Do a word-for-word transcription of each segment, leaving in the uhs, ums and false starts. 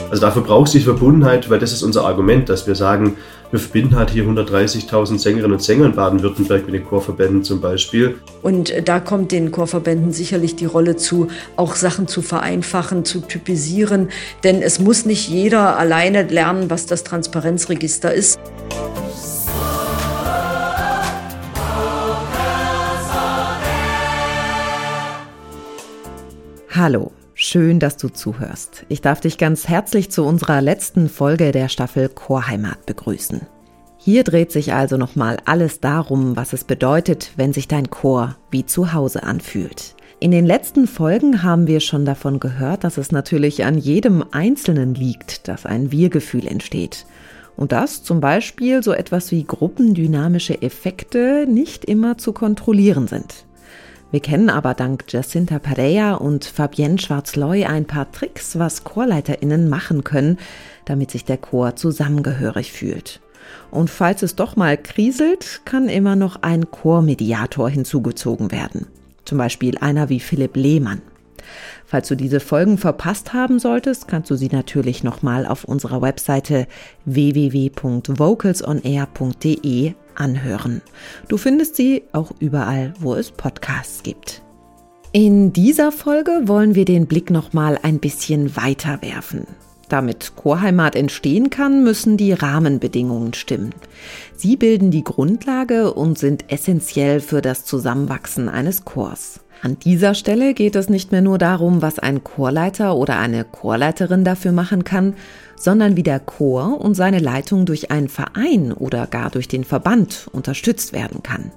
Also dafür braucht es die Verbundenheit, weil das ist unser Argument, dass wir sagen, wir verbinden halt hier hundertdreißigtausend Sängerinnen und Sänger in Baden-Württemberg mit den Chorverbänden zum Beispiel. Und da kommt den Chorverbänden sicherlich die Rolle zu, auch Sachen zu vereinfachen, zu typisieren. Denn es muss nicht jeder alleine lernen, was das Transparenzregister ist. Hallo. Schön, dass du zuhörst. Ich darf dich ganz herzlich zu unserer letzten Folge der Staffel Chorheimat begrüßen. Hier dreht sich also nochmal alles darum, was es bedeutet, wenn sich dein Chor wie zu Hause anfühlt. In den letzten Folgen haben wir schon davon gehört, dass es natürlich an jedem Einzelnen liegt, dass ein Wir-Gefühl entsteht. Und dass zum Beispiel so etwas wie gruppendynamische Effekte nicht immer zu kontrollieren sind. Wir kennen aber dank Jacinta Pereira und Fabienne Schwarz-Loy ein paar Tricks, was ChorleiterInnen machen können, damit sich der Chor zusammengehörig fühlt. Und falls es doch mal kriselt, kann immer noch ein Chormediator hinzugezogen werden. Zum Beispiel einer wie Philipp Lehmann. Falls du diese Folgen verpasst haben solltest, kannst du sie natürlich nochmal auf unserer Webseite w w w punkt vocals on air punkt d e anhören. Du findest sie auch überall, wo es Podcasts gibt. In dieser Folge wollen wir den Blick nochmal ein bisschen weiter werfen. Damit Chorheimat entstehen kann, müssen die Rahmenbedingungen stimmen. Sie bilden die Grundlage und sind essentiell für das Zusammenwachsen eines Chors. An dieser Stelle geht es nicht mehr nur darum, was ein Chorleiter oder eine Chorleiterin dafür machen kann, sondern wie der Chor und seine Leitung durch einen Verein oder gar durch den Verband unterstützt werden kann.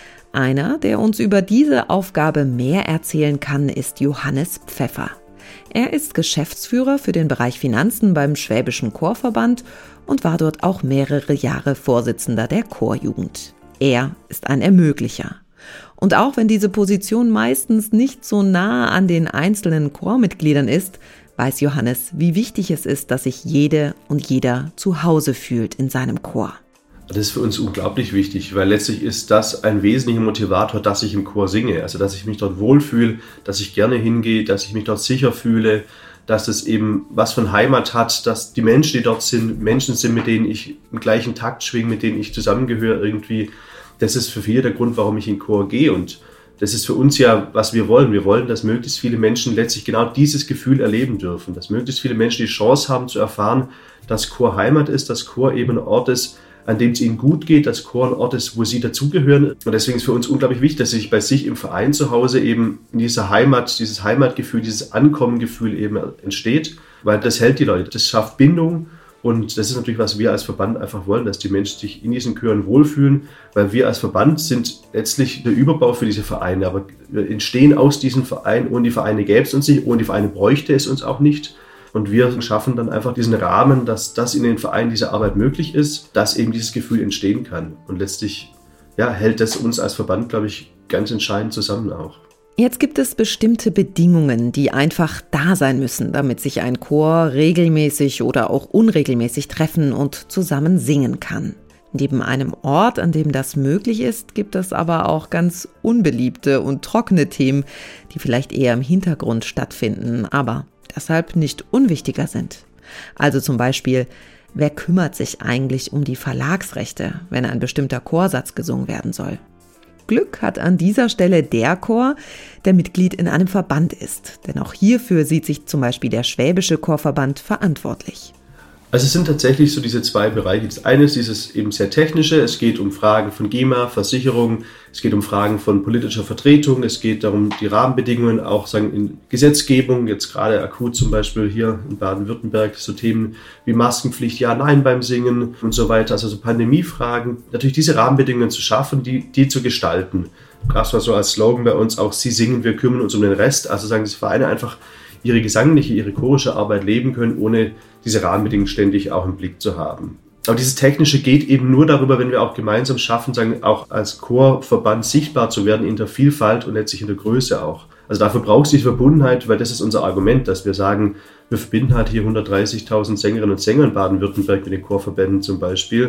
Einer, der uns über diese Aufgabe mehr erzählen kann, ist Johannes Pfeffer. Er ist Geschäftsführer für den Bereich Finanzen beim Schwäbischen Chorverband und war dort auch mehrere Jahre Vorsitzender der Chorjugend. Er ist ein Ermöglicher. Und auch wenn diese Position meistens nicht so nah an den einzelnen Chormitgliedern ist, weiß Johannes, wie wichtig es ist, dass sich jede und jeder zu Hause fühlt in seinem Chor. Das ist für uns unglaublich wichtig, weil letztlich ist das ein wesentlicher Motivator, dass ich im Chor singe. Also dass ich mich dort wohlfühle, dass ich gerne hingehe, dass ich mich dort sicher fühle, dass es eben was von Heimat hat, dass die Menschen, die dort sind, Menschen sind, mit denen ich im gleichen Takt schwinge, mit denen ich zusammengehöre irgendwie. Das ist für viele der Grund, warum ich in den Chor gehe, und das ist für uns ja, was wir wollen. Wir wollen, dass möglichst viele Menschen letztlich genau dieses Gefühl erleben dürfen, dass möglichst viele Menschen die Chance haben zu erfahren, dass Chor Heimat ist, dass Chor eben ein Ort ist, an dem es ihnen gut geht, dass Chor ein Ort ist, wo sie dazugehören. Und deswegen ist für uns unglaublich wichtig, dass sich bei sich im Verein zu Hause eben in dieser Heimat, dieses Heimatgefühl, dieses Ankommengefühl eben entsteht, weil das hält die Leute, das schafft Bindung. Und das ist natürlich, was wir als Verband einfach wollen, dass die Menschen sich in diesen Chören wohlfühlen, weil wir als Verband sind letztlich der Überbau für diese Vereine. Aber wir entstehen aus diesen Vereinen, ohne die Vereine gäbe es uns nicht, ohne die Vereine bräuchte es uns auch nicht. Und wir schaffen dann einfach diesen Rahmen, dass das in den Vereinen diese Arbeit möglich ist, dass eben dieses Gefühl entstehen kann. Und letztlich ja, hält das uns als Verband, glaube ich, ganz entscheidend zusammen auch. Jetzt gibt es bestimmte Bedingungen, die einfach da sein müssen, damit sich ein Chor regelmäßig oder auch unregelmäßig treffen und zusammen singen kann. Neben einem Ort, an dem das möglich ist, gibt es aber auch ganz unbeliebte und trockene Themen, die vielleicht eher im Hintergrund stattfinden, aber deshalb nicht unwichtiger sind. Also zum Beispiel, wer kümmert sich eigentlich um die Verlagsrechte, wenn ein bestimmter Chorsatz gesungen werden soll? Glück hat an dieser Stelle der Chor, der Mitglied in einem Verband ist. Denn auch hierfür sieht sich zum Beispiel der Schwäbische Chorverband verantwortlich. Also es sind tatsächlich so diese zwei Bereiche. Das eine ist dieses eben sehr technische. Es geht um Fragen von GEMA, Versicherung. Es geht um Fragen von politischer Vertretung. Es geht darum, die Rahmenbedingungen auch sagen in Gesetzgebung. Jetzt gerade akut zum Beispiel hier in Baden-Württemberg so Themen wie Maskenpflicht, ja, nein beim Singen und so weiter. Also so Pandemiefragen. Natürlich diese Rahmenbedingungen zu schaffen, die, die zu gestalten. Das war so als Slogan bei uns auch, Sie singen, wir kümmern uns um den Rest. Also sagen die Vereine einfach ihre gesangliche, ihre chorische Arbeit leben können, ohne diese Rahmenbedingungen ständig auch im Blick zu haben. Aber dieses Technische geht eben nur darüber, wenn wir auch gemeinsam schaffen, sagen, auch als Chorverband sichtbar zu werden in der Vielfalt und letztlich in der Größe auch. Also dafür braucht es die Verbundenheit, weil das ist unser Argument, dass wir sagen, wir verbinden halt hier hundertdreißigtausend Sängerinnen und Sänger in Baden-Württemberg mit den Chorverbänden zum Beispiel.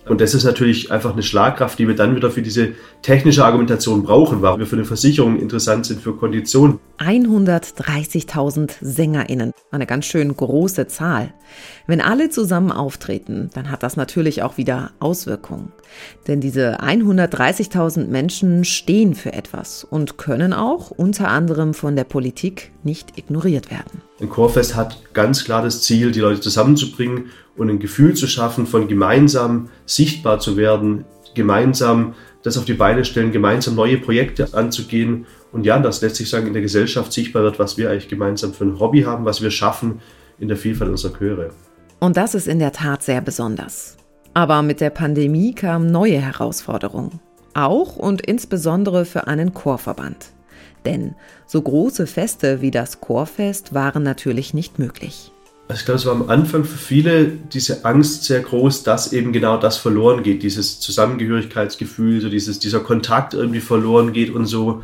Und das ist natürlich einfach eine Schlagkraft, die wir dann wieder für diese technische Argumentation brauchen, weil wir für eine Versicherung interessant sind für Konditionen. hundertdreißigtausend SängerInnen, eine ganz schön große Zahl. Wenn alle zusammen auftreten, dann hat das natürlich auch wieder Auswirkungen. Denn diese hundertdreißigtausend Menschen stehen für etwas und können auch unter anderem von der Politik nicht ignoriert werden. Ein Chorfest hat ganz klar das Ziel, die Leute zusammenzubringen und ein Gefühl zu schaffen, von gemeinsam sichtbar zu werden, gemeinsam das auf die Beine stellen, gemeinsam neue Projekte anzugehen. Und ja, dass letztlich sagen, in der Gesellschaft sichtbar wird, was wir eigentlich gemeinsam für ein Hobby haben, was wir schaffen in der Vielfalt unserer Chöre. Und das ist in der Tat sehr besonders. Aber mit der Pandemie kamen neue Herausforderungen. Auch und insbesondere für einen Chorverband. Denn so große Feste wie das Chorfest waren natürlich nicht möglich. Also ich glaube, es war am Anfang für viele diese Angst sehr groß, dass eben genau das verloren geht, dieses Zusammengehörigkeitsgefühl, so dieses, dieser Kontakt irgendwie verloren geht und so.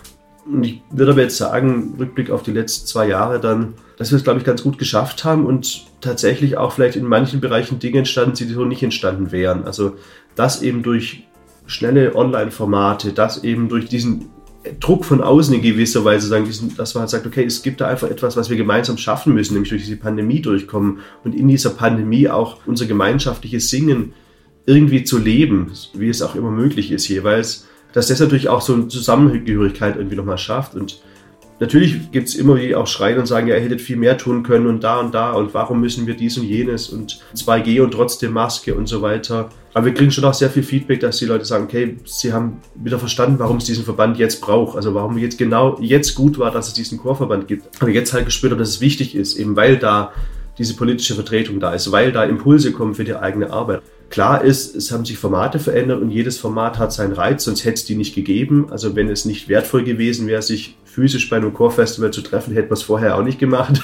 Und ich würde aber jetzt sagen, Rückblick auf die letzten zwei Jahre dann, dass wir es, glaube ich, ganz gut geschafft haben und tatsächlich auch vielleicht in manchen Bereichen Dinge entstanden sind, die so nicht entstanden wären. Also das eben durch schnelle Online-Formate, das eben durch diesen Druck von außen in gewisser Weise, sagen, dass man halt sagt, okay, es gibt da einfach etwas, was wir gemeinsam schaffen müssen, nämlich durch diese Pandemie durchkommen und in dieser Pandemie auch unser gemeinschaftliches Singen irgendwie zu leben, wie es auch immer möglich ist jeweils, dass das natürlich auch so eine Zusammengehörigkeit irgendwie nochmal schafft. Und natürlich gibt es immer die auch schreien und sagen, ja, ihr hättet viel mehr tun können und da und da und warum müssen wir dies und jenes und zwei G und trotzdem Maske und so weiter. Aber wir kriegen schon auch sehr viel Feedback, dass die Leute sagen, okay, sie haben wieder verstanden, warum es diesen Verband jetzt braucht. Also warum jetzt genau jetzt gut war, dass es diesen Chorverband gibt. Aber jetzt halt gespürt haben, dass es wichtig ist, eben weil da diese politische Vertretung da ist, weil da Impulse kommen für die eigene Arbeit. Klar ist, es haben sich Formate verändert und jedes Format hat seinen Reiz, sonst hätte es die nicht gegeben. Also wenn es nicht wertvoll gewesen wäre, sich physisch bei einem Chorfestival zu treffen, hätten wir es vorher auch nicht gemacht.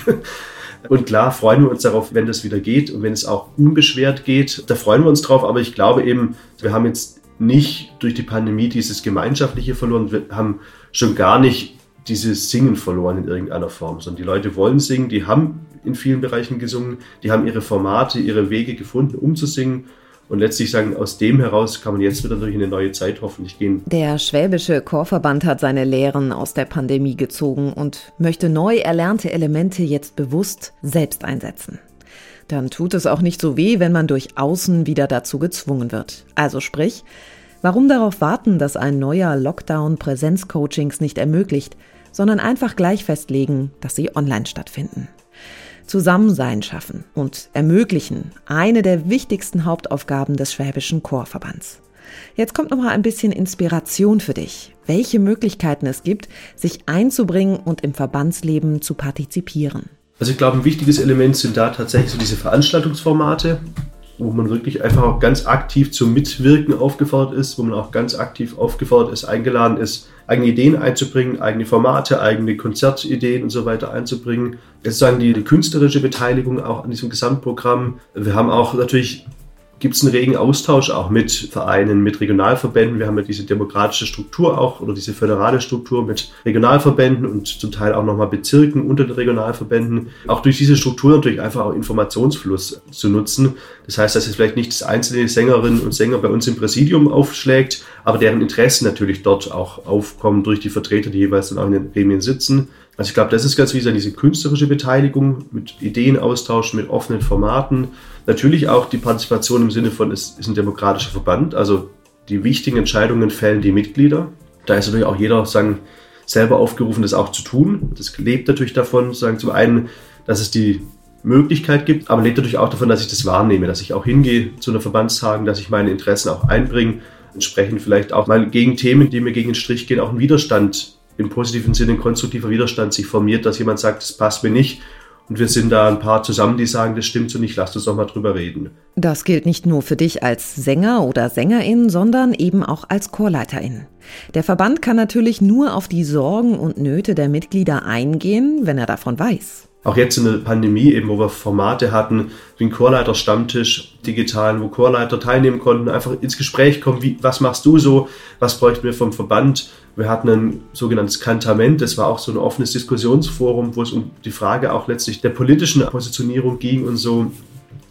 Und klar freuen wir uns darauf, wenn das wieder geht und wenn es auch unbeschwert geht. Da freuen wir uns drauf, aber ich glaube eben, wir haben jetzt nicht durch die Pandemie dieses Gemeinschaftliche verloren. Wir haben schon gar nicht dieses Singen verloren in irgendeiner Form, sondern die Leute wollen singen, die haben in vielen Bereichen gesungen, die haben ihre Formate, ihre Wege gefunden, um zu singen. Und letztlich sagen, aus dem heraus kann man jetzt wieder durch eine neue Zeit hoffentlich gehen. Der Schwäbische Chorverband hat seine Lehren aus der Pandemie gezogen und möchte neu erlernte Elemente jetzt bewusst selbst einsetzen. Dann tut es auch nicht so weh, wenn man durch Außen wieder dazu gezwungen wird. Also sprich, warum darauf warten, dass ein neuer Lockdown Präsenzcoachings nicht ermöglicht, sondern einfach gleich festlegen, dass sie online stattfinden. Zusammensein schaffen und ermöglichen, eine der wichtigsten Hauptaufgaben des Schwäbischen Chorverbands. Jetzt kommt noch mal ein bisschen Inspiration für dich, welche Möglichkeiten es gibt, sich einzubringen und im Verbandsleben zu partizipieren. Also ich glaube, ein wichtiges Element sind da tatsächlich so diese Veranstaltungsformate, wo man wirklich einfach auch ganz aktiv zum Mitwirken aufgefordert ist, wo man auch ganz aktiv aufgefordert ist, eingeladen ist, eigene Ideen einzubringen, eigene Formate, eigene Konzertideen und so weiter einzubringen. Jetzt sagen die, die künstlerische Beteiligung auch an diesem Gesamtprogramm. Wir haben auch natürlich, gibt es einen regen Austausch auch mit Vereinen, mit Regionalverbänden. Wir haben ja diese demokratische Struktur auch oder diese föderale Struktur mit Regionalverbänden und zum Teil auch nochmal Bezirken unter den Regionalverbänden. Auch durch diese Struktur natürlich einfach auch Informationsfluss zu nutzen. Das heißt, dass es vielleicht nicht das einzelne Sängerinnen und Sänger bei uns im Präsidium aufschlägt, aber deren Interessen natürlich dort auch aufkommen durch die Vertreter, die jeweils dann auch in den Gremien sitzen. Also ich glaube, das ist ganz wichtig, diese künstlerische Beteiligung mit Ideenaustausch, mit offenen Formaten. Natürlich auch die Partizipation im Sinne von, es ist ein demokratischer Verband, also die wichtigen Entscheidungen fällen die Mitglieder. Da ist natürlich auch jeder sagen, selber aufgerufen, das auch zu tun. Das lebt natürlich davon, sagen zum einen, dass es die Möglichkeit gibt, aber lebt natürlich auch davon, dass ich das wahrnehme, dass ich auch hingehe zu einer Verbandstagung, dass ich meine Interessen auch einbringe, entsprechend vielleicht auch mal gegen Themen, die mir gegen den Strich gehen, auch einen Widerstand im positiven Sinne, ein konstruktiver Widerstand sich formiert, dass jemand sagt, das passt mir nicht. Und wir sind da ein paar zusammen, die sagen, das stimmt so nicht, lasst uns doch mal drüber reden. Das gilt nicht nur für dich als Sänger oder Sängerin, sondern eben auch als Chorleiterin. Der Verband kann natürlich nur auf die Sorgen und Nöte der Mitglieder eingehen, wenn er davon weiß. Auch jetzt in der Pandemie, eben, wo wir Formate hatten, wie ein Chorleiter-Stammtisch, digitalen, wo Chorleiter teilnehmen konnten, einfach ins Gespräch kommen, wie, was machst du so, was bräuchten wir vom Verband. Wir hatten ein sogenanntes Kantament, das war auch so ein offenes Diskussionsforum, wo es um die Frage auch letztlich der politischen Positionierung ging und so.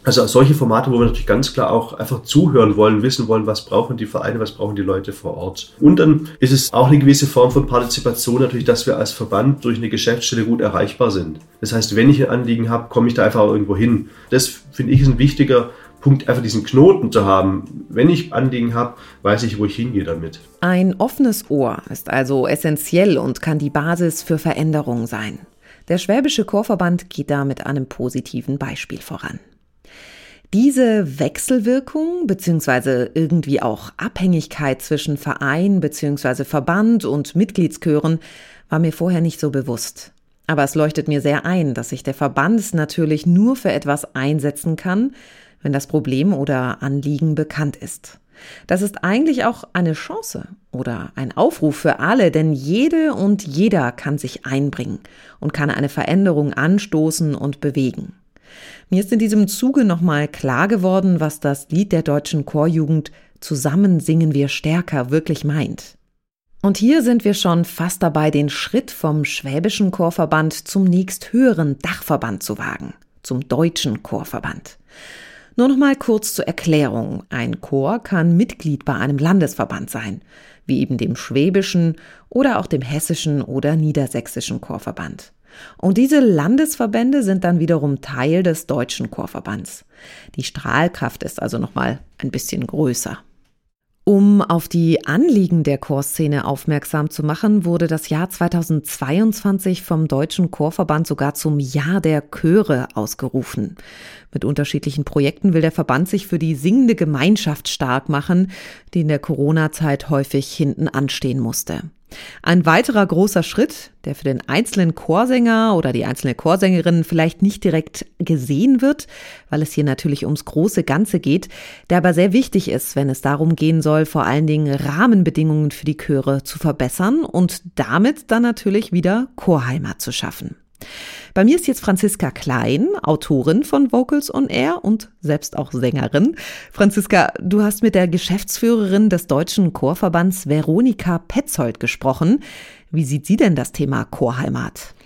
Also solche Formate, wo wir natürlich ganz klar auch einfach zuhören wollen, wissen wollen, was brauchen die Vereine, was brauchen die Leute vor Ort. Und dann ist es auch eine gewisse Form von Partizipation natürlich, dass wir als Verband durch eine Geschäftsstelle gut erreichbar sind. Das heißt, wenn ich ein Anliegen habe, komme ich da einfach irgendwo hin. Das finde ich ist ein wichtiger Punkt, einfach diesen Knoten zu haben. Wenn ich Anliegen habe, weiß ich, wo ich hingehe damit. Ein offenes Ohr ist also essentiell und kann die Basis für Veränderungen sein. Der Schwäbische Chorverband geht da mit einem positiven Beispiel voran. Diese Wechselwirkung bzw. irgendwie auch Abhängigkeit zwischen Verein bzw. Verband und Mitgliedschören war mir vorher nicht so bewusst. Aber es leuchtet mir sehr ein, dass sich der Verband natürlich nur für etwas einsetzen kann, wenn das Problem oder Anliegen bekannt ist. Das ist eigentlich auch eine Chance oder ein Aufruf für alle, denn jede und jeder kann sich einbringen und kann eine Veränderung anstoßen und bewegen. Mir ist in diesem Zuge nochmal klar geworden, was das Lied der deutschen Chorjugend »Zusammen singen wir stärker« wirklich meint. Und hier sind wir schon fast dabei, den Schritt vom Schwäbischen Chorverband zum nächsthöheren Dachverband zu wagen, zum Deutschen Chorverband. Nur noch mal kurz zur Erklärung. Ein Chor kann Mitglied bei einem Landesverband sein, wie eben dem Schwäbischen oder auch dem Hessischen oder Niedersächsischen Chorverband. Und diese Landesverbände sind dann wiederum Teil des Deutschen Chorverbands. Die Strahlkraft ist also noch mal ein bisschen größer. Um auf die Anliegen der Chorszene aufmerksam zu machen, wurde das Jahr zweitausendzweiundzwanzig vom Deutschen Chorverband sogar zum Jahr der Chöre ausgerufen. Mit unterschiedlichen Projekten will der Verband sich für die singende Gemeinschaft stark machen, die in der Corona-Zeit häufig hinten anstehen musste. Ein weiterer großer Schritt, der für den einzelnen Chorsänger oder die einzelne Chorsängerin vielleicht nicht direkt gesehen wird, weil es hier natürlich ums große Ganze geht, der aber sehr wichtig ist, wenn es darum gehen soll, vor allen Dingen Rahmenbedingungen für die Chöre zu verbessern und damit dann natürlich wieder Chorheimat zu schaffen. Bei mir ist jetzt Franziska Klein, Autorin von Vocals on Air und selbst auch Sängerin. Franziska, du hast mit der Geschäftsführerin des Deutschen Chorverbands Veronika Petzold gesprochen. Wie sieht sie denn das Thema Chorheimat?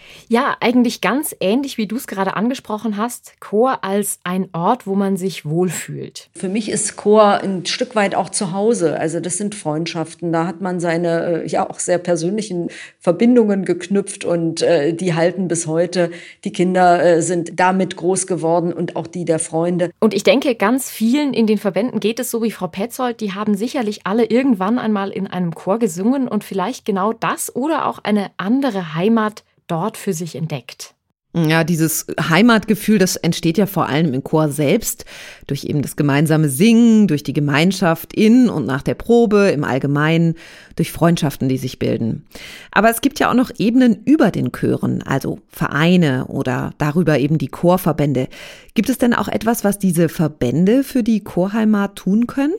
Ja, eigentlich ganz ähnlich, wie du es gerade angesprochen hast. Chor als ein Ort, wo man sich wohlfühlt. Für mich ist Chor ein Stück weit auch zu Hause. Also das sind Freundschaften. Da hat man seine ja auch sehr persönlichen Verbindungen geknüpft und äh, die halten bis heute. Die Kinder äh, sind damit groß geworden und auch die der Freunde. Und ich denke, ganz vielen in den Verbänden geht es so wie Frau Petzold. Die haben sicherlich alle irgendwann einmal in einem Chor gesungen und vielleicht genau das oder auch eine andere Heimat dort für sich entdeckt. Ja, dieses Heimatgefühl, das entsteht ja vor allem im Chor selbst, durch eben das gemeinsame Singen, durch die Gemeinschaft in und nach der Probe, im Allgemeinen, durch Freundschaften, die sich bilden. Aber es gibt ja auch noch Ebenen über den Chören, also Vereine oder darüber eben die Chorverbände. Gibt es denn auch etwas, was diese Verbände für die Chorheimat tun können?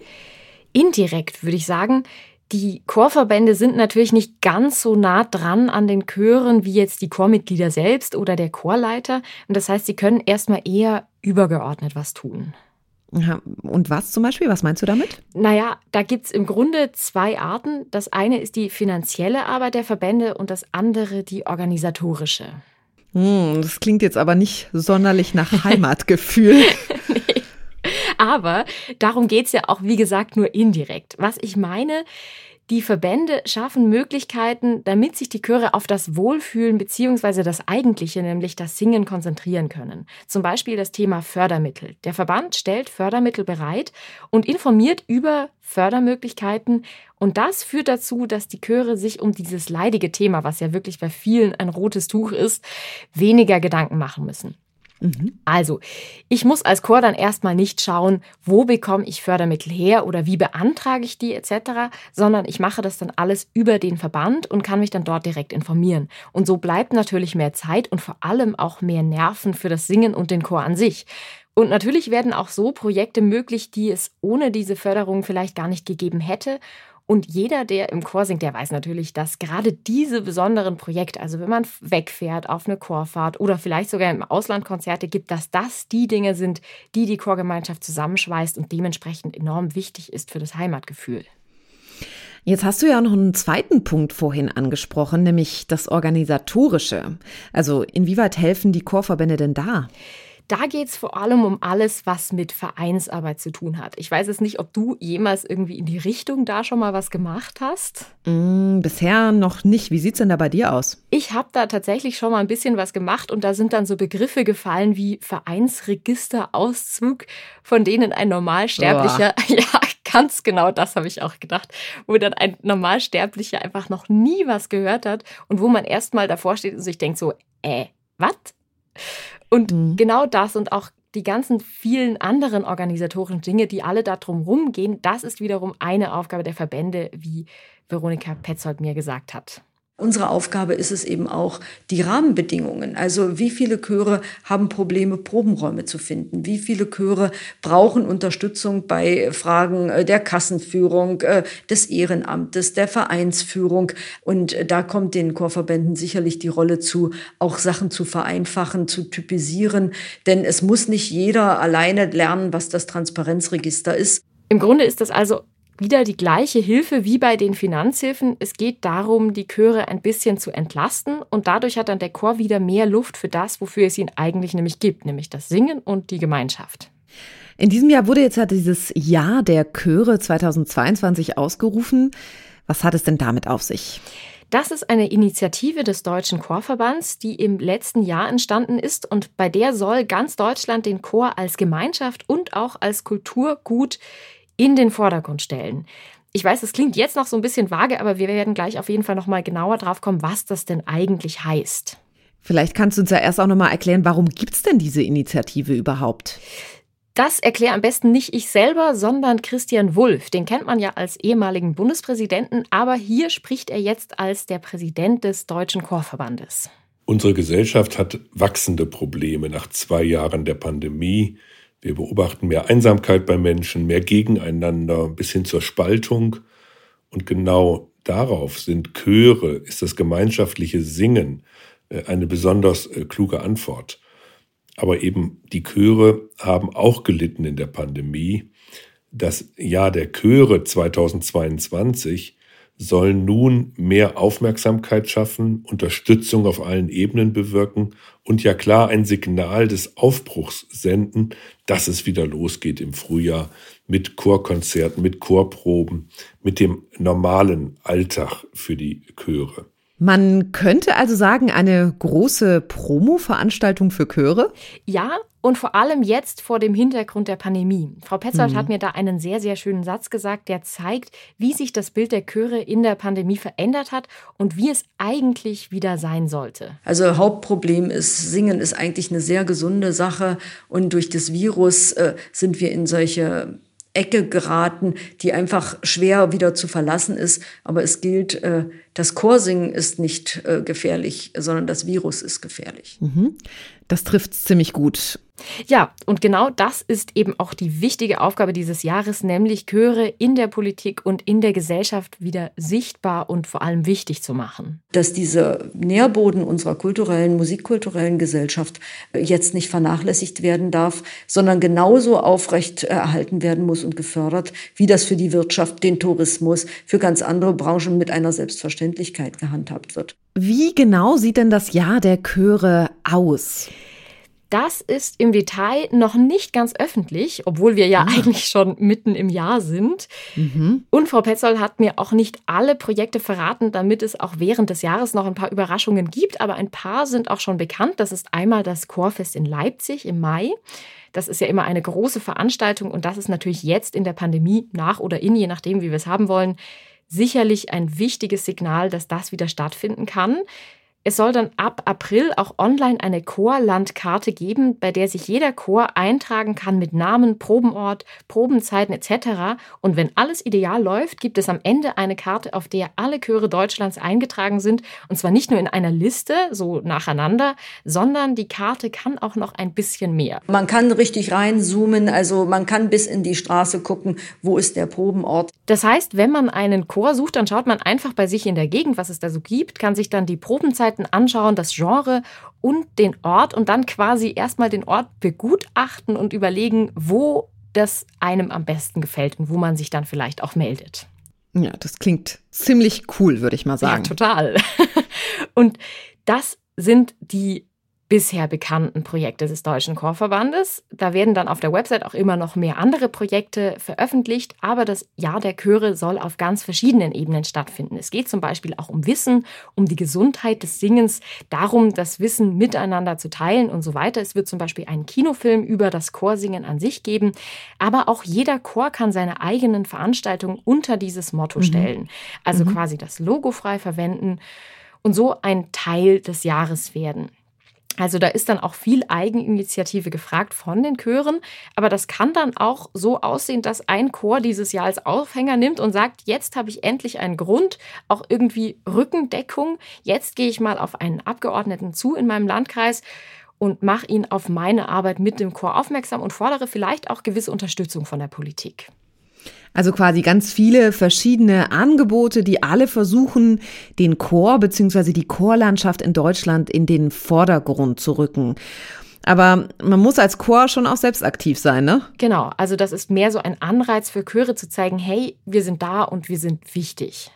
Indirekt würde ich sagen, die Chorverbände sind natürlich nicht ganz so nah dran an den Chören wie jetzt die Chormitglieder selbst oder der Chorleiter. Und das heißt, sie können erstmal eher übergeordnet was tun. Ja, und was zum Beispiel? Was meinst du damit? Naja, da gibt's im Grunde zwei Arten. Das eine ist die finanzielle Arbeit der Verbände und das andere die organisatorische. Hm, das klingt jetzt aber nicht sonderlich nach Heimatgefühl. Nee. Aber darum geht's ja auch, wie gesagt, nur indirekt. Was ich meine, die Verbände schaffen Möglichkeiten, damit sich die Chöre auf das Wohlfühlen bzw. das Eigentliche, nämlich das Singen, konzentrieren können. Zum Beispiel das Thema Fördermittel. Der Verband stellt Fördermittel bereit und informiert über Fördermöglichkeiten. Und das führt dazu, dass die Chöre sich um dieses leidige Thema, was ja wirklich bei vielen ein rotes Tuch ist, weniger Gedanken machen müssen. Also, ich muss als Chor dann erstmal nicht schauen, wo bekomme ich Fördermittel her oder wie beantrage ich die et cetera, sondern ich mache das dann alles über den Verband und kann mich dann dort direkt informieren. Und so bleibt natürlich mehr Zeit und vor allem auch mehr Nerven für das Singen und den Chor an sich. Und natürlich werden auch so Projekte möglich, die es ohne diese Förderung vielleicht gar nicht gegeben hätte. Und jeder, der im Chor singt, der weiß natürlich, dass gerade diese besonderen Projekte, also wenn man wegfährt auf eine Chorfahrt oder vielleicht sogar im Ausland Konzerte gibt, dass das die Dinge sind, die die Chorgemeinschaft zusammenschweißt und dementsprechend enorm wichtig ist für das Heimatgefühl. Jetzt hast du ja noch einen zweiten Punkt vorhin angesprochen, nämlich das Organisatorische. Also inwieweit helfen die Chorverbände denn da? Da geht es vor allem um alles, was mit Vereinsarbeit zu tun hat. Ich weiß jetzt nicht, ob du jemals irgendwie in die Richtung da schon mal was gemacht hast. Mm, bisher noch nicht. Wie sieht es denn da bei dir aus? Ich habe da tatsächlich schon mal ein bisschen was gemacht und da sind dann so Begriffe gefallen wie Vereinsregisterauszug, von denen ein Normalsterblicher, oh. ja, ganz genau das habe ich auch gedacht, wo dann ein Normalsterblicher einfach noch nie was gehört hat und wo man erstmal davor steht und sich denkt so, äh, was? Und mhm. genau das und auch die ganzen vielen anderen organisatorischen Dinge, die alle da drum rumgehen, das ist wiederum eine Aufgabe der Verbände, wie Veronika Petzold mir gesagt hat. Unsere Aufgabe ist es eben auch, die Rahmenbedingungen, also wie viele Chöre haben Probleme, Probenräume zu finden, wie viele Chöre brauchen Unterstützung bei Fragen der Kassenführung, des Ehrenamtes, der Vereinsführung. Und da kommt den Chorverbänden sicherlich die Rolle zu, auch Sachen zu vereinfachen, zu typisieren, denn es muss nicht jeder alleine lernen, was das Transparenzregister ist. Im Grunde ist das also wieder die gleiche Hilfe wie bei den Finanzhilfen. Es geht darum, die Chöre ein bisschen zu entlasten und dadurch hat dann der Chor wieder mehr Luft für das, wofür es ihn eigentlich nämlich gibt, nämlich das Singen und die Gemeinschaft. In diesem Jahr wurde jetzt ja dieses Jahr der Chöre zweitausendzweiundzwanzig ausgerufen. Was hat es denn damit auf sich? Das ist eine Initiative des Deutschen Chorverbands, die im letzten Jahr entstanden ist und bei der soll ganz Deutschland den Chor als Gemeinschaft und auch als Kulturgut in den Vordergrund stellen. Ich weiß, es klingt jetzt noch so ein bisschen vage, aber wir werden gleich auf jeden Fall noch mal genauer drauf kommen, was das denn eigentlich heißt. Vielleicht kannst du uns ja erst auch noch mal erklären, warum gibt es denn diese Initiative überhaupt? Das erkläre am besten nicht ich selber, sondern Christian Wulff. Den kennt man ja als ehemaligen Bundespräsidenten, aber hier spricht er jetzt als der Präsident des Deutschen Chorverbandes. Unsere Gesellschaft hat wachsende Probleme nach zwei Jahren der Pandemie. Wir beobachten mehr Einsamkeit bei Menschen, mehr Gegeneinander bis hin zur Spaltung. Und genau darauf sind Chöre, ist das gemeinschaftliche Singen eine besonders kluge Antwort. Aber eben die Chöre haben auch gelitten in der Pandemie. Das Jahr der Chöre zweitausendzweiundzwanzig soll nun mehr Aufmerksamkeit schaffen, Unterstützung auf allen Ebenen bewirken und ja klar ein Signal des Aufbruchs senden, dass es wieder losgeht im Frühjahr mit Chorkonzerten, mit Chorproben, mit dem normalen Alltag für die Chöre. Man könnte also sagen, eine große Promo-Veranstaltung für Chöre? Ja, und vor allem jetzt vor dem Hintergrund der Pandemie. Frau Petzold mhm. hat mir da einen sehr, sehr schönen Satz gesagt, der zeigt, wie sich das Bild der Chöre in der Pandemie verändert hat und wie es eigentlich wieder sein sollte. Also Hauptproblem ist, Singen ist eigentlich eine sehr gesunde Sache und durch das Virus äh, sind wir in solche Ecke geraten, die einfach schwer wieder zu verlassen ist. Aber es gilt, das Chorsingen ist nicht gefährlich, sondern das Virus ist gefährlich. Das trifft es ziemlich gut. Ja, und genau das ist eben auch die wichtige Aufgabe dieses Jahres, nämlich Chöre in der Politik und in der Gesellschaft wieder sichtbar und vor allem wichtig zu machen. Dass dieser Nährboden unserer kulturellen, musikkulturellen Gesellschaft jetzt nicht vernachlässigt werden darf, sondern genauso aufrecht erhalten werden muss und gefördert, wie das für die Wirtschaft, den Tourismus, für ganz andere Branchen mit einer Selbstverständlichkeit gehandhabt wird. Wie genau sieht denn das Jahr der Chöre aus? Das ist im Detail noch nicht ganz öffentlich, obwohl wir ja ah. eigentlich schon mitten im Jahr sind. Mhm. Und Frau Petzold hat mir auch nicht alle Projekte verraten, damit es auch während des Jahres noch ein paar Überraschungen gibt. Aber ein paar sind auch schon bekannt. Das ist einmal das Chorfest in Leipzig im Mai. Das ist ja immer eine große Veranstaltung und das ist natürlich jetzt in der Pandemie nach oder in, je nachdem, wie wir es haben wollen, sicherlich ein wichtiges Signal, dass das wieder stattfinden kann. Es soll dann ab April auch online eine Chorlandkarte geben, bei der sich jeder Chor eintragen kann mit Namen, Probenort, Probenzeiten et cetera. Und wenn alles ideal läuft, gibt es am Ende eine Karte, auf der alle Chöre Deutschlands eingetragen sind. Und zwar nicht nur in einer Liste, so nacheinander, sondern die Karte kann auch noch ein bisschen mehr. Man kann richtig reinzoomen, also man kann bis in die Straße gucken, wo ist der Probenort. Das heißt, wenn man einen Chor sucht, dann schaut man einfach bei sich in der Gegend, was es da so gibt, kann sich dann die Probenzeit anschauen, das Genre und den Ort und dann quasi erstmal den Ort begutachten und überlegen, wo das einem am besten gefällt und wo man sich dann vielleicht auch meldet. Ja, das klingt ziemlich cool, würde ich mal sagen. Ja, total. Und das sind die bisher bekannten Projekte des Deutschen Chorverbandes. Da werden dann auf der Website auch immer noch mehr andere Projekte veröffentlicht, aber das Jahr der Chöre soll auf ganz verschiedenen Ebenen stattfinden. Es geht zum Beispiel auch um Wissen, um die Gesundheit des Singens, darum, das Wissen miteinander zu teilen und so weiter. Es wird zum Beispiel einen Kinofilm über das Chorsingen an sich geben, aber auch jeder Chor kann seine eigenen Veranstaltungen unter dieses Motto stellen. Mhm. Also mhm. quasi das Logo frei verwenden und so ein Teil des Jahres werden. Also da ist dann auch viel Eigeninitiative gefragt von den Chören. Aber das kann dann auch so aussehen, dass ein Chor dieses Jahr als Aufhänger nimmt und sagt, jetzt habe ich endlich einen Grund, auch irgendwie Rückendeckung. Jetzt gehe ich mal auf einen Abgeordneten zu in meinem Landkreis und mache ihn auf meine Arbeit mit dem Chor aufmerksam und fordere vielleicht auch gewisse Unterstützung von der Politik. Also quasi ganz viele verschiedene Angebote, die alle versuchen, den Chor bzw. die Chorlandschaft in Deutschland in den Vordergrund zu rücken. Aber man muss als Chor schon auch selbst aktiv sein, ne? Genau, also das ist mehr so ein Anreiz für Chöre zu zeigen, hey, wir sind da und wir sind wichtig.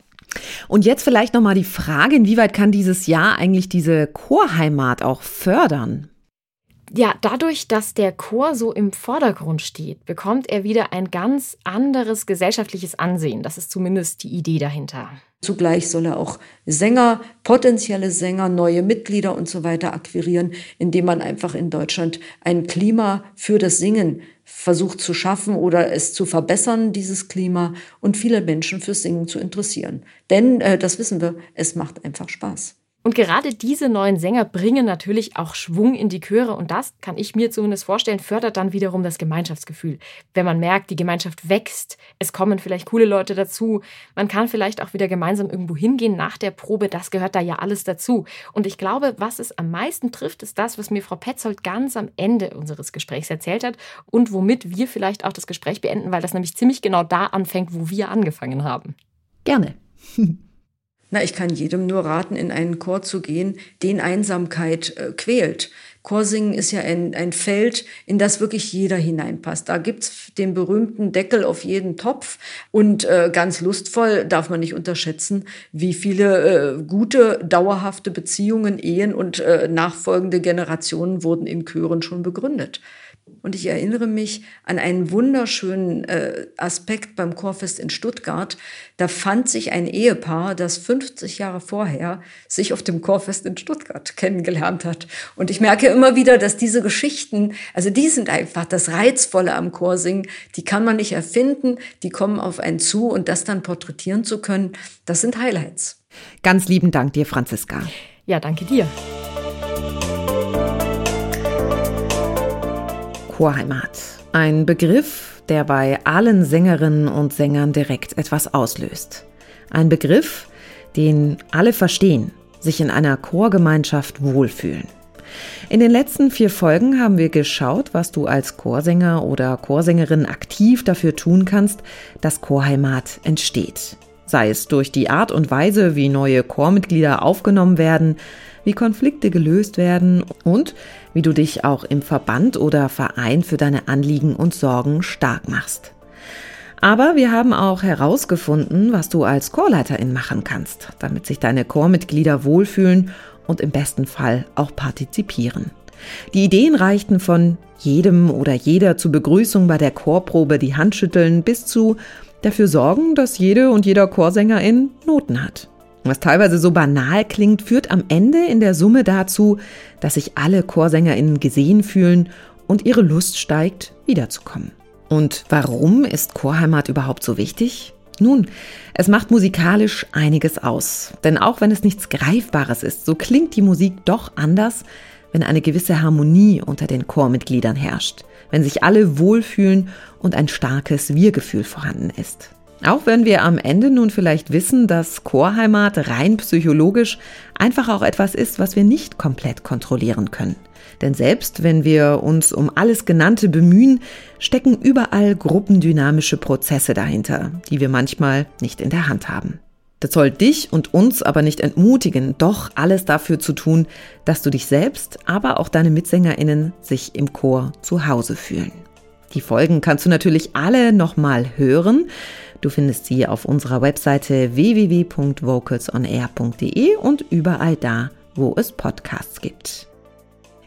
Und jetzt vielleicht nochmal die Frage, inwieweit kann dieses Jahr eigentlich diese Chorheimat auch fördern? Ja, dadurch, dass der Chor so im Vordergrund steht, bekommt er wieder ein ganz anderes gesellschaftliches Ansehen. Das ist zumindest die Idee dahinter. Zugleich soll er auch Sänger, potenzielle Sänger, neue Mitglieder und so weiter akquirieren, indem man einfach in Deutschland ein Klima für das Singen versucht zu schaffen oder es zu verbessern, dieses Klima, und viele Menschen fürs Singen zu interessieren. Denn, äh, das wissen wir, es macht einfach Spaß. Und gerade diese neuen Sänger bringen natürlich auch Schwung in die Chöre. Und das, kann ich mir zumindest vorstellen, fördert dann wiederum das Gemeinschaftsgefühl. Wenn man merkt, die Gemeinschaft wächst, es kommen vielleicht coole Leute dazu, man kann vielleicht auch wieder gemeinsam irgendwo hingehen nach der Probe, das gehört da ja alles dazu. Und ich glaube, was es am meisten trifft, ist das, was mir Frau Petzold ganz am Ende unseres Gesprächs erzählt hat und womit wir vielleicht auch das Gespräch beenden, weil das nämlich ziemlich genau da anfängt, wo wir angefangen haben. Gerne. Na, ich kann jedem nur raten, in einen Chor zu gehen, den Einsamkeit äh, quält. Chorsingen ist ja ein, ein Feld, in das wirklich jeder hineinpasst. Da gibt's den berühmten Deckel auf jeden Topf. Und äh, ganz lustvoll darf man nicht unterschätzen, wie viele äh, gute, dauerhafte Beziehungen, Ehen und äh, nachfolgende Generationen wurden in Chören schon begründet. Und ich erinnere mich an einen wunderschönen äh, Aspekt beim Chorfest in Stuttgart. Da fand sich ein Ehepaar, das fünfzig Jahre vorher sich auf dem Chorfest in Stuttgart kennengelernt hat. Und ich merke immer wieder, dass diese Geschichten, also die sind einfach das Reizvolle am Chorsingen, die kann man nicht erfinden, die kommen auf einen zu, und das dann porträtieren zu können, das sind Highlights. Ganz lieben Dank dir, Franziska. Ja, danke dir. Chorheimat. Ein Begriff, der bei allen Sängerinnen und Sängern direkt etwas auslöst. Ein Begriff, den alle verstehen, sich in einer Chorgemeinschaft wohlfühlen. In den letzten vier Folgen haben wir geschaut, was du als Chorsänger oder Chorsängerin aktiv dafür tun kannst, dass Chorheimat entsteht. Sei es durch die Art und Weise, wie neue Chormitglieder aufgenommen werden, wie Konflikte gelöst werden und wie du dich auch im Verband oder Verein für deine Anliegen und Sorgen stark machst. Aber wir haben auch herausgefunden, was du als Chorleiterin machen kannst, damit sich deine Chormitglieder wohlfühlen und im besten Fall auch partizipieren. Die Ideen reichten von jedem oder jeder zur Begrüßung bei der Chorprobe die Hand schütteln bis zu dafür sorgen, dass jede und jeder Chorsängerin Noten hat. Was teilweise so banal klingt, führt am Ende in der Summe dazu, dass sich alle ChorsängerInnen gesehen fühlen und ihre Lust steigt, wiederzukommen. Und warum ist Chorheimat überhaupt so wichtig? Nun, es macht musikalisch einiges aus. Denn auch wenn es nichts Greifbares ist, so klingt die Musik doch anders, wenn eine gewisse Harmonie unter den Chormitgliedern herrscht, wenn sich alle wohlfühlen und ein starkes Wir-Gefühl vorhanden ist. Auch wenn wir am Ende nun vielleicht wissen, dass Chorheimat rein psychologisch einfach auch etwas ist, was wir nicht komplett kontrollieren können. Denn selbst wenn wir uns um alles Genannte bemühen, stecken überall gruppendynamische Prozesse dahinter, die wir manchmal nicht in der Hand haben. Das soll dich und uns aber nicht entmutigen, doch alles dafür zu tun, dass du dich selbst, aber auch deine MitsängerInnen sich im Chor zu Hause fühlen. Die Folgen kannst du natürlich alle nochmal hören. Du findest sie auf unserer Webseite w w w punkt vocals on air punkt d e und überall da, wo es Podcasts gibt.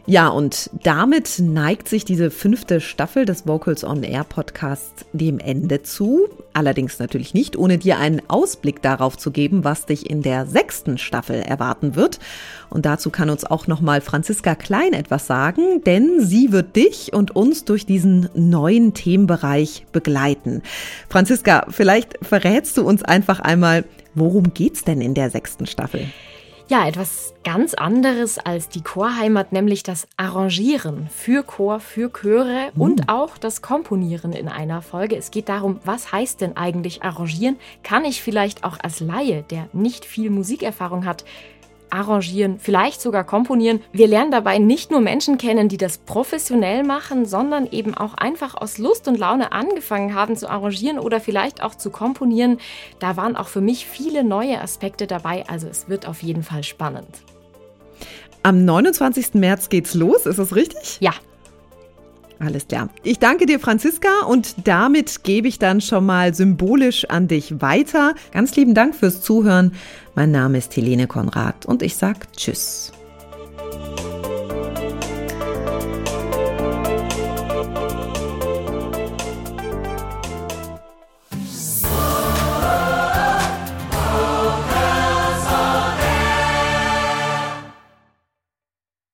Ja, und damit neigt sich diese fünfte Staffel des Vocals on Air Podcasts dem Ende zu. Allerdings natürlich nicht, ohne dir einen Ausblick darauf zu geben, was dich in der sechsten Staffel erwarten wird. Und dazu kann uns auch nochmal Franziska Klein etwas sagen, denn sie wird dich und uns durch diesen neuen Themenbereich begleiten. Franziska, vielleicht verrätst du uns einfach einmal, worum geht's denn in der sechsten Staffel? Ja, etwas ganz anderes als die Chorheimat, nämlich das Arrangieren für Chor, für Chöre mhm. und auch das Komponieren in einer Folge. Es geht darum, was heißt denn eigentlich arrangieren? Kann ich vielleicht auch als Laie, der nicht viel Musikerfahrung hat, arrangieren, vielleicht sogar komponieren? Wir lernen dabei nicht nur Menschen kennen, die das professionell machen, sondern eben auch einfach aus Lust und Laune angefangen haben zu arrangieren oder vielleicht auch zu komponieren. Da waren auch für mich viele neue Aspekte dabei, also es wird auf jeden Fall spannend. Am neunundzwanzigsten März geht's los, ist das richtig? Ja. Alles klar. Ich danke dir, Franziska, und damit gebe ich dann schon mal symbolisch an dich weiter. Ganz lieben Dank fürs Zuhören. Mein Name ist Helene Konrad und ich sag Tschüss.